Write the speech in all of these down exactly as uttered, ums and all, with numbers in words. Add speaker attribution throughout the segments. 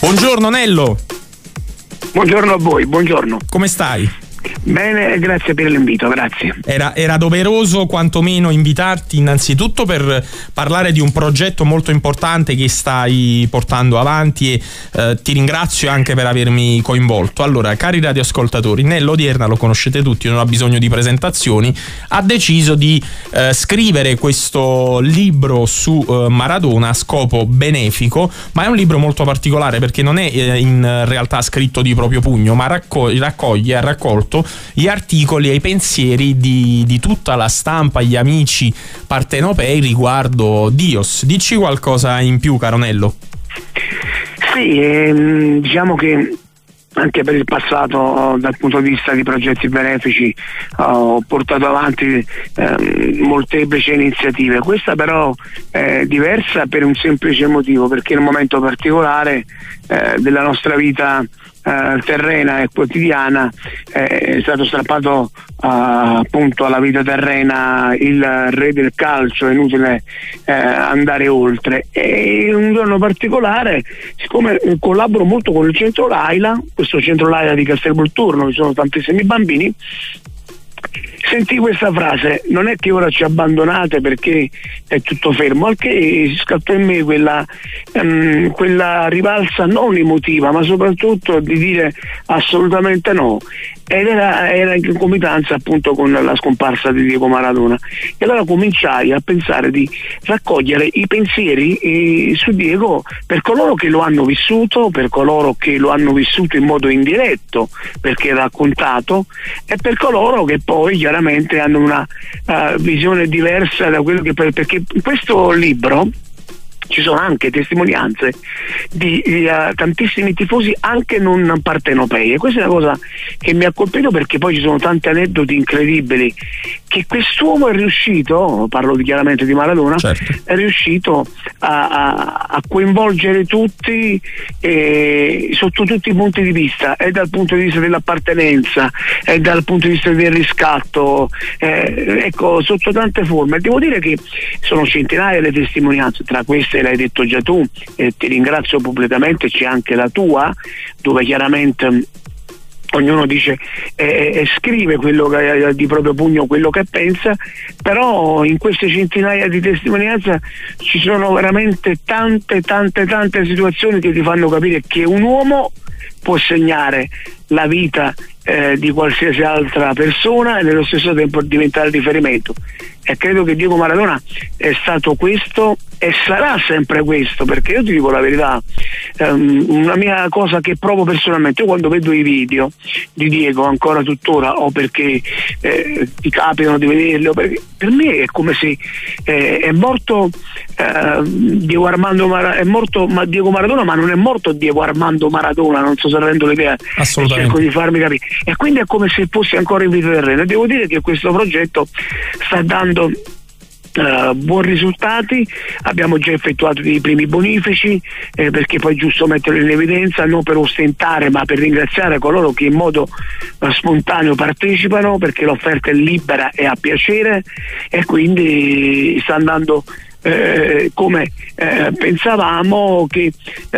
Speaker 1: Buongiorno Nello.
Speaker 2: Buongiorno a voi, buongiorno.
Speaker 1: Come stai?
Speaker 2: Bene, grazie per l'invito, grazie.
Speaker 1: Era, era doveroso quantomeno invitarti innanzitutto per parlare di un progetto molto importante che stai portando avanti e eh, ti ringrazio anche per avermi coinvolto. Allora, cari radioascoltatori, Nello Odierna, lo conoscete tutti, non ha bisogno di presentazioni, ha deciso di eh, scrivere questo libro su eh, Maradona a scopo benefico, ma è un libro molto particolare perché non è eh, in realtà scritto di proprio pugno, ma raccoglie, raccoglie ha raccolto gli articoli e i pensieri di, di tutta la stampa, gli amici partenopei riguardo Dios. Dici qualcosa in più, caro Nello?
Speaker 2: Sì, ehm, diciamo che anche per il passato, dal punto di vista di progetti benefici, ho portato avanti eh, molteplici iniziative. Questa però è diversa per un semplice motivo, perché in un momento particolare eh, della nostra vita Uh, terrena e quotidiana eh, è stato strappato uh, appunto alla vita terrena il re del calcio, è inutile eh, andare oltre. E un giorno particolare, siccome collaboro molto con il centro Laila, questo centro Laila di Castelvolturno, ci sono tantissimi bambini, sentì questa frase: non è che ora ci abbandonate perché è tutto fermo, al che scattò in me quella, um, quella rivalsa non emotiva, ma soprattutto di dire assolutamente no. Ed era, era in concomitanza appunto con la scomparsa di Diego Maradona, e allora cominciai a pensare di raccogliere i pensieri eh, su Diego per coloro che lo hanno vissuto, per coloro che lo hanno vissuto in modo indiretto perché raccontato, e per coloro che poi chiaramente hanno una uh, visione diversa da quello che, perché in questo libro ci sono anche testimonianze di, di uh, tantissimi tifosi anche non partenopei, e questa è una cosa che mi ha colpito, perché poi ci sono tanti aneddoti incredibili che quest'uomo è riuscito, parlo chiaramente di Maradona, certo, è riuscito a, a, a coinvolgere tutti eh, sotto tutti i punti di vista, e dal punto di vista dell'appartenenza e dal punto di vista del riscatto, eh, ecco, sotto tante forme. Devo dire che sono centinaia le testimonianze, tra queste l'hai detto già tu, e ti ringrazio pubblicamente, c'è anche la tua, dove chiaramente ognuno dice eh, eh, scrive quello che, eh, di proprio pugno quello che pensa, però in queste centinaia di testimonianze ci sono veramente tante tante tante situazioni che ti fanno capire che un uomo può segnare la vita eh, di qualsiasi altra persona e nello stesso tempo diventare riferimento. E credo che Diego Maradona è stato questo e sarà sempre questo, perché io ti dico la verità, um, una mia cosa che provo personalmente, io quando vedo i video di Diego ancora tuttora, o perché eh, ti capitano di vederli, o perché per me è come se eh, è morto eh, Diego Armando Mar- è morto ma Diego Maradona, ma non è morto Diego Armando Maradona, non so se rendo l'idea, cerco di farmi capire, e quindi è come se fosse ancora in vita terrena. Devo dire che questo progetto sta dando Uh, buoni risultati, abbiamo già effettuato dei primi bonifici, eh, perché poi è giusto metterlo in evidenza, non per ostentare ma per ringraziare coloro che in modo uh, spontaneo partecipano, perché l'offerta è libera e a piacere, e quindi sta andando Eh, come eh, pensavamo che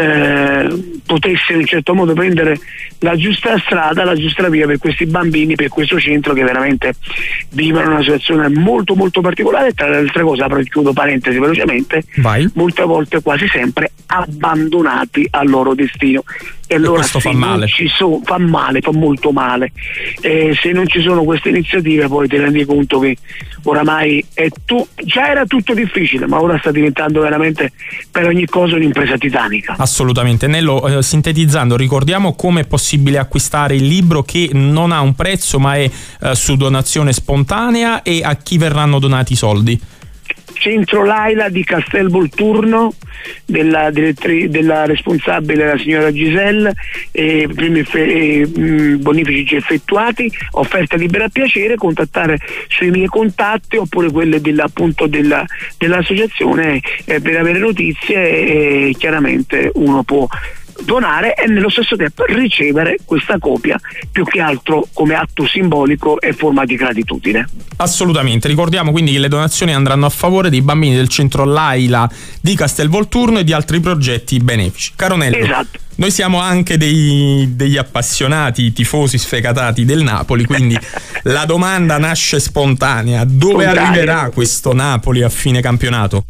Speaker 2: eh, potesse in un certo modo prendere la giusta strada, la giusta via per questi bambini, per questo centro che veramente vivono una situazione molto molto particolare. Tra le altre cose, apro e chiudo parentesi velocemente, vai. Molte volte, quasi sempre, abbandonati al loro destino, e allora
Speaker 1: questo
Speaker 2: se
Speaker 1: fa male.
Speaker 2: Ci so, fa male, fa molto male, e se non ci sono queste iniziative poi ti rendi conto che oramai è tu, già era tutto difficile, ma ora sta diventando veramente per ogni cosa un'impresa titanica.
Speaker 1: Assolutamente. Nello, eh, sintetizzando, ricordiamo come è possibile acquistare il libro, che non ha un prezzo ma è eh, su donazione spontanea, e a chi verranno donati i soldi?
Speaker 2: Centro Laila di Castelvolturno, della, direttri, della responsabile, la signora Giselle, eh, primi eh, bonifici già effettuati, offerta libera a piacere, contattare sui miei contatti oppure quelle della, appunto della, dell'associazione eh, per avere notizie, e chiaramente uno può donare e nello stesso tempo ricevere questa copia, più che altro come atto simbolico e forma di gratitudine.
Speaker 1: Assolutamente, ricordiamo quindi che le donazioni andranno a favore dei bambini del centro Laila di Castelvolturno e di altri progetti benefici. Caronello,
Speaker 2: esatto.
Speaker 1: Noi siamo anche dei, degli appassionati tifosi sfegatati del Napoli, quindi la domanda nasce spontanea: dove spontanea. arriverà questo Napoli a fine campionato?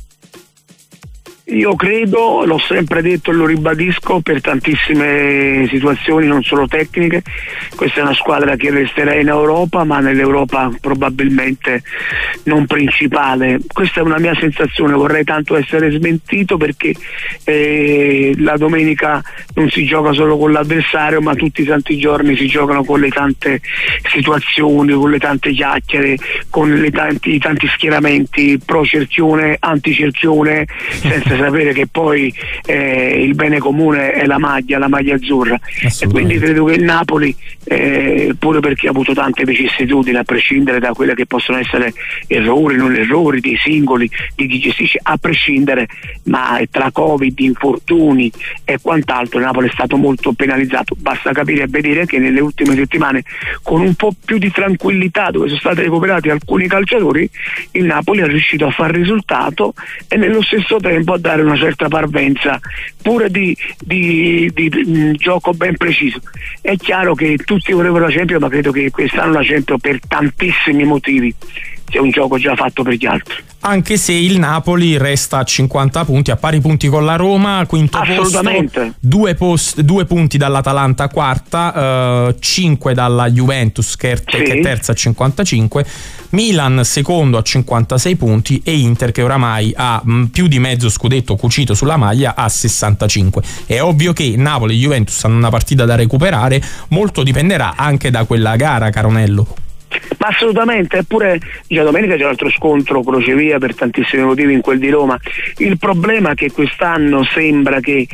Speaker 2: Io credo, l'ho sempre detto e lo ribadisco, per tantissime situazioni non solo tecniche, questa è una squadra che resterà in Europa, ma nell'Europa probabilmente non principale. Questa è una mia sensazione, vorrei tanto essere smentito, perché eh, la domenica non si gioca solo con l'avversario, ma tutti i santi giorni si giocano con le tante situazioni, con le tante chiacchiere, con le tanti, i tanti schieramenti, pro cerchione, anti cerchione, senza sapere che poi eh, il bene comune è la maglia, la maglia azzurra. E quindi credo che il Napoli, eh, pure perché ha avuto tante vicissitudini, a prescindere da quelle che possono essere errori, non errori, dei singoli, di chi gestisce, a prescindere, ma tra Covid, infortuni e quant'altro, il Napoli è stato molto penalizzato. Basta capire e vedere che nelle ultime settimane, con un po' più di tranquillità, dove sono stati recuperati alcuni calciatori, il Napoli è riuscito a far risultato e nello stesso tempo a dare una certa parvenza pure di, di, di, di mh, gioco ben preciso. È chiaro che tutti vorrebbero la Champions, ma credo che quest'anno la Champions, per tantissimi motivi, sia un gioco già fatto per gli altri.
Speaker 1: Anche se il Napoli resta a cinquanta punti, a pari punti con la Roma, quinto posto, due, post, due punti dall'Atalanta quarta, eh, cinque dalla Juventus che è, sì. che è terza a cinquantacinque, Milan secondo a cinquantasei punti e Inter che oramai ha mh, più di mezzo scudetto cucito sulla maglia a sessantacinque. È ovvio che Napoli e Juventus hanno una partita da recuperare, molto dipenderà anche da quella gara, Caronello.
Speaker 2: Ma assolutamente, eppure già domenica c'è un altro scontro crocevia per tantissimi motivi in quel di Roma. Il problema è che quest'anno sembra che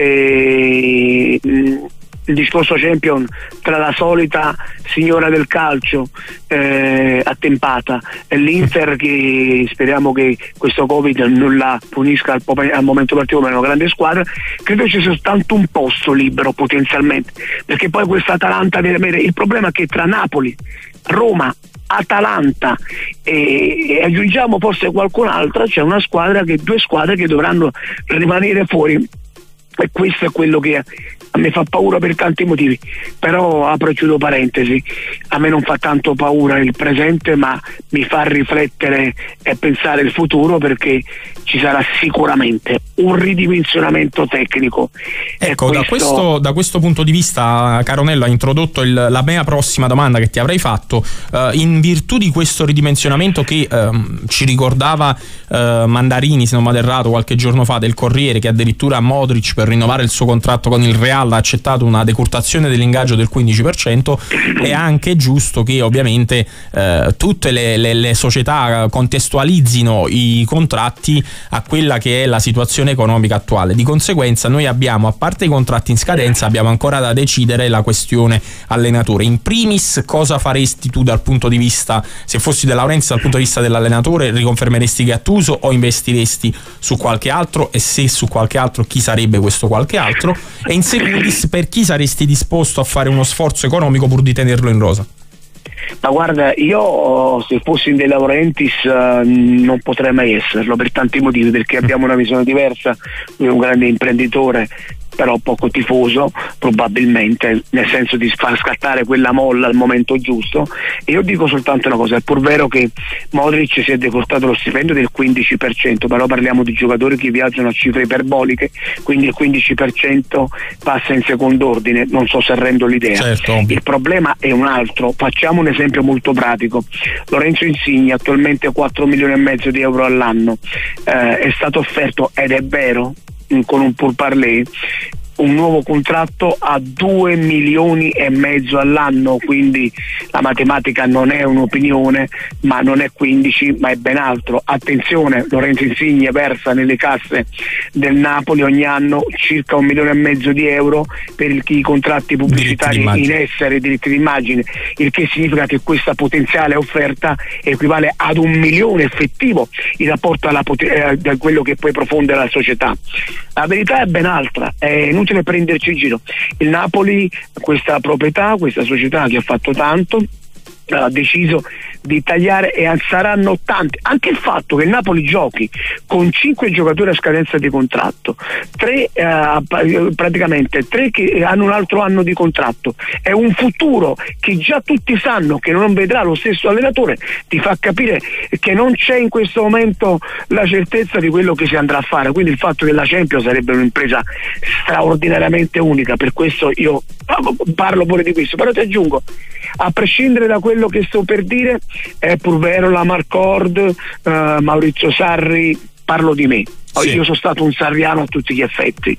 Speaker 2: eh, il discorso Champions, tra la solita signora del calcio eh, attempata e l'Inter, che speriamo che questo Covid non la punisca al, al momento particolare, ma è una grande squadra, credo ci sia soltanto un posto libero potenzialmente, perché poi questa Atalanta deve avere, il problema è che tra Napoli, Roma, Atalanta e, e aggiungiamo forse qualcun'altra, c'è una squadra che due squadre che dovranno rimanere fuori, e questo è quello che a me fa paura per tanti motivi. Però apro e chiudo parentesi, a me non fa tanto paura il presente, ma mi fa riflettere e pensare il futuro, perché ci sarà sicuramente un ridimensionamento tecnico.
Speaker 1: Ecco,
Speaker 2: questo...
Speaker 1: da, questo, da questo punto di vista, Caronello, ha introdotto il, la mia prossima domanda che ti avrei fatto. Uh, in virtù di questo ridimensionamento che uh, ci ricordava uh, Mandarini, se non vado errato, qualche giorno fa, del Corriere, che addirittura Modric per rinnovare il suo contratto con il Real ha accettato una decurtazione dell'ingaggio del quindici per cento, è anche giusto che ovviamente uh, tutte le, le, le società contestualizzino i contratti a quella che è la situazione economica attuale. Di conseguenza noi abbiamo, a parte i contratti in scadenza, abbiamo ancora da decidere la questione allenatore. In primis, cosa faresti tu dal punto di vista, se fossi De Laurentiis, dal punto di vista dell'allenatore? Riconfermeresti Gattuso o investiresti su qualche altro, e se su qualche altro chi sarebbe questo qualche altro? E in secundis, per chi saresti disposto a fare uno sforzo economico pur di tenerlo in rosa?
Speaker 2: Ma guarda, io se fossi in De Laurentiis uh, non potrei mai esserlo, per tanti motivi, perché abbiamo una visione diversa. Lui è un grande imprenditore, però poco tifoso probabilmente, nel senso di far scattare quella molla al momento giusto. E io dico soltanto una cosa: è pur vero che Modric si è decortato lo stipendio del quindici per cento, però parliamo di giocatori che viaggiano a cifre iperboliche, quindi il quindici per cento passa in secondo ordine, non so se rendo l'idea.
Speaker 1: Certo.
Speaker 2: Il problema è un altro, facciamo un esempio molto pratico. Lorenzo Insigne, attualmente quattro milioni e mezzo di euro all'anno, eh, è stato offerto, ed è vero, con un pourparlers, un nuovo contratto a due milioni e mezzo all'anno, quindi la matematica non è un'opinione, ma non è quindici, ma è ben altro. Attenzione, Lorenzo Insigne versa nelle casse del Napoli ogni anno circa un milione e mezzo di euro per il, i contratti pubblicitari in essere, diritti d'immagine, il che significa che questa potenziale offerta equivale ad un milione effettivo in rapporto alla pot- eh, a quello che poi profonde la società. La verità è ben altra, è inutile inutile prenderci in giro. Il Napoli, questa proprietà, questa società che ha fatto tanto, ha deciso di tagliare, e saranno tanti. Anche il fatto che il Napoli giochi con cinque giocatori a scadenza di contratto, tre eh, praticamente tre che hanno un altro anno di contratto, è un futuro che già tutti sanno che non vedrà lo stesso allenatore, ti fa capire che non c'è in questo momento la certezza di quello che si andrà a fare. Quindi il fatto che la Champions sarebbe un'impresa straordinariamente unica, per questo io parlo pure di questo. Però ti aggiungo, a prescindere da quello che sto per dire, è pur vero la Marcord, eh, Maurizio Sarri, parlo di me. Sì. Io sono stato un sarriano a tutti gli effetti,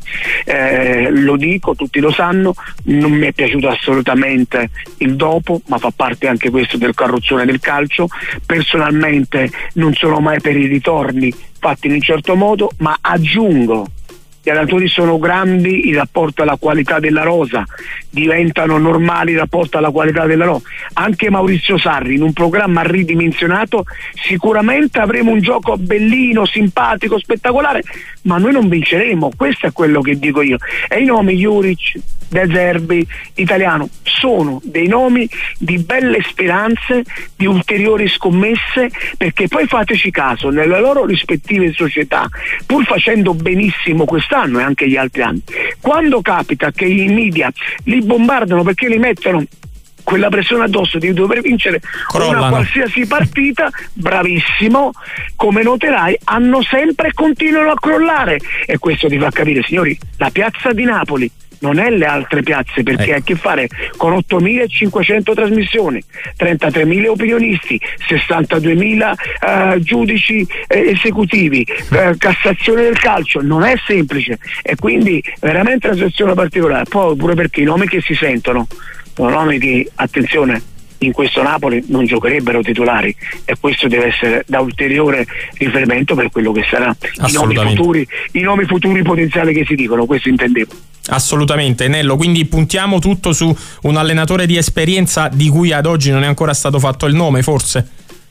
Speaker 2: eh, lo dico, tutti lo sanno, non mi è piaciuto assolutamente il dopo, ma fa parte anche questo del carrozzone del calcio. Personalmente non sono mai per i ritorni fatti in un certo modo, ma aggiungo: gli allenatori sono grandi in rapporto alla qualità della rosa, diventano normali in rapporto alla qualità della rosa. Anche Maurizio Sarri, in un programma ridimensionato, sicuramente avremo un gioco bellino, simpatico, spettacolare, ma noi non vinceremo. Questo è quello che dico io. E i nomi Juric, De Zerbi, Italiano sono dei nomi di belle speranze, di ulteriori scommesse, perché poi fateci caso, nelle loro rispettive società, pur facendo benissimo quest'anno e anche gli altri anni, quando capita che i media li bombardano perché li mettono quella pressione addosso di dover vincere Crollano. Una qualsiasi partita, bravissimo, come noterai hanno sempre e continuano a crollare, e questo ti fa capire, signori, la piazza di Napoli non è le altre piazze, perché ecco. ha a che fare con ottomilacinquecento trasmissioni, trentatremila opinionisti, sessantaduemila eh, giudici eh, esecutivi, eh, Cassazione del calcio. Non è semplice, e quindi veramente una situazione particolare. Poi pure perché i nomi che si sentono sono nomi che, attenzione, in questo Napoli non giocherebbero titolari, e questo deve essere da ulteriore riferimento per quello che sarà i nomi futuri, i nomi futuri potenziali che si dicono. Questo intendevo.
Speaker 1: Assolutamente, Nello, quindi puntiamo tutto su un allenatore di esperienza di cui ad oggi non è ancora stato fatto il nome, forse?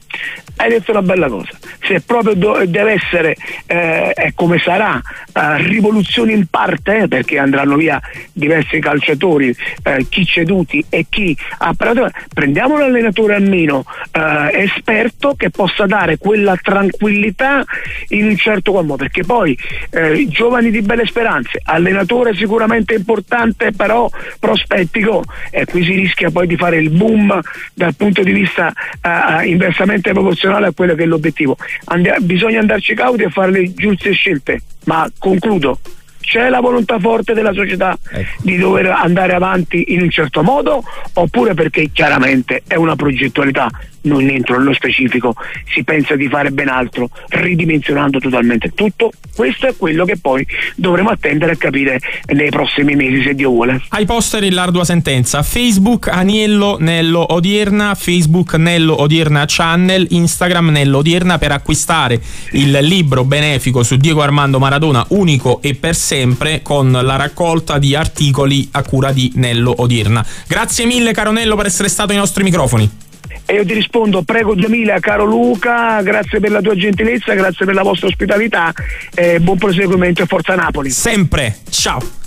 Speaker 2: Hai detto una bella cosa. Se proprio do- deve essere eh, è come sarà, eh, rivoluzione in parte, eh, perché andranno via diversi calciatori, eh, chi ceduti e chi ha prendiamo un allenatore almeno eh, esperto, che possa dare quella tranquillità in un certo qual modo, perché poi eh, giovani di belle speranze, allenatore sicuramente importante però prospettico, e qui si rischia poi di fare il boom dal punto di vista eh, inversamente proporzionale a quello che è l'obiettivo. And- bisogna andarci cauti e fare le giuste scelte, ma concludo: c'è la volontà forte della società ecco. di dover andare avanti in un certo modo, oppure perché chiaramente è una progettualità, non entro nello specifico, si pensa di fare ben altro, ridimensionando totalmente tutto. Questo è quello che poi dovremo attendere a capire nei prossimi mesi, se Dio vuole.
Speaker 1: Ai posteri l'ardua sentenza: Facebook Aniello Nello Odierna, Facebook Nello Odierna Channel, Instagram Nello Odierna, per acquistare il libro benefico su Diego Armando Maradona, unico e per sempre, con la raccolta di articoli a cura di Nello Odierna. Grazie mille, caro Nello, per essere stato ai nostri microfoni.
Speaker 2: E io ti rispondo: prego duemila, caro Luca, grazie per la tua gentilezza, grazie per la vostra ospitalità, eh, buon proseguimento e forza Napoli.
Speaker 1: Sempre, ciao.